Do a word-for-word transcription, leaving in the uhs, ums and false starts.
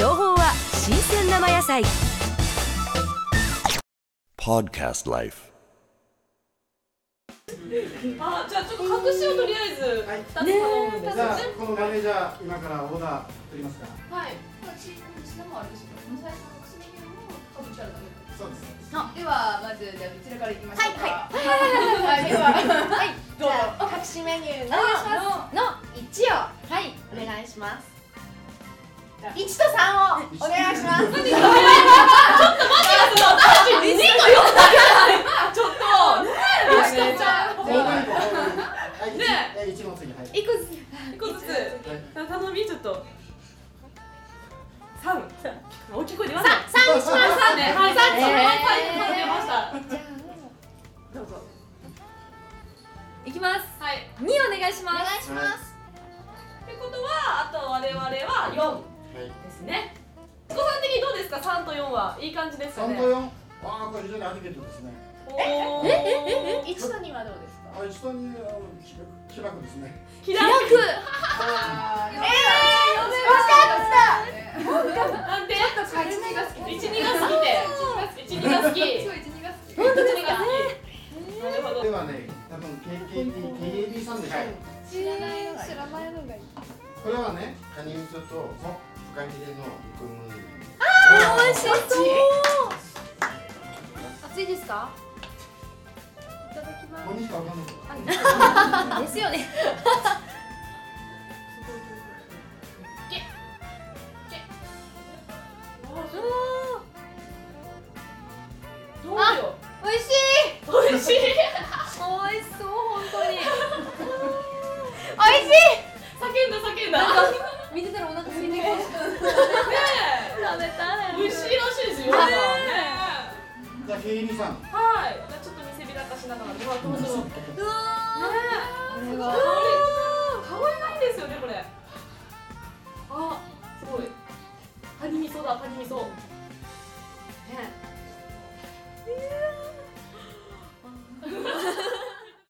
情報は新鮮生野菜。 Podcast Life。 あ、じゃあちょっと隠しをとりあえずふたつ頼むんですじゃあね。 このマネージャー今からオーダー取りますから。 はい。 私、下もあるでしょ。最初の薬メニューもかぶってあるだけ。 そうです。 あ、ではまずじゃあどちらからいきましょうか。 はいでははい。 じゃあ隠しメニューののいちをはいお願いします。いちとさんをお願いします。 ちょっと待ってください。にとよんだけちょっと。 じゃあ、はい、一の次はい。 いくつ一個ずつ。頼みちょっと。三。大きい声で言わない。 三にします。 三ね。はい。三。三。三出ました。どうぞ。 いきます。 はい。 にお願いします。 お願いします。 ってことは、あと我々は四ですね。お子さん的にどうですか？三と四はいい感じですかね。 三と四。ああ、これ非常にアディケートですね。 えええいちとにはどうですか？ あ、一緒に気楽ですね。 気楽。 あー、えー、わかった。 なんで？ ちょっと一二が好き。 一二が好きで。一二が好き。 そう一二が好き。 本当ですか？なるほど。 ではね、多分 ケーケーティー、ケーエービー さんでしょ。 知らないの知らないのがいい。 これはね、カニ味噌とフカヒレの煮込む。 あー、美味しそう。熱いですか？いただきまここにしかわかんないけど。 す。ですよね。 どうよ。 美味しい。 美味しい。 美味しそう本当に。美味しい。 叫んだ叫んだ。 見てたらお腹空いてきました。 ね食べたい。 え。美味しいらしいですよ。ねじゃあ、ケーエービー さん。 はい。じゃあちょっと見せびらかしながら、ではどうぞ。ねうわえ。 ー。 香り、香りがいいですよねこれ。あ、すごい。カニ味噌だ、カニ味噌。ねえ。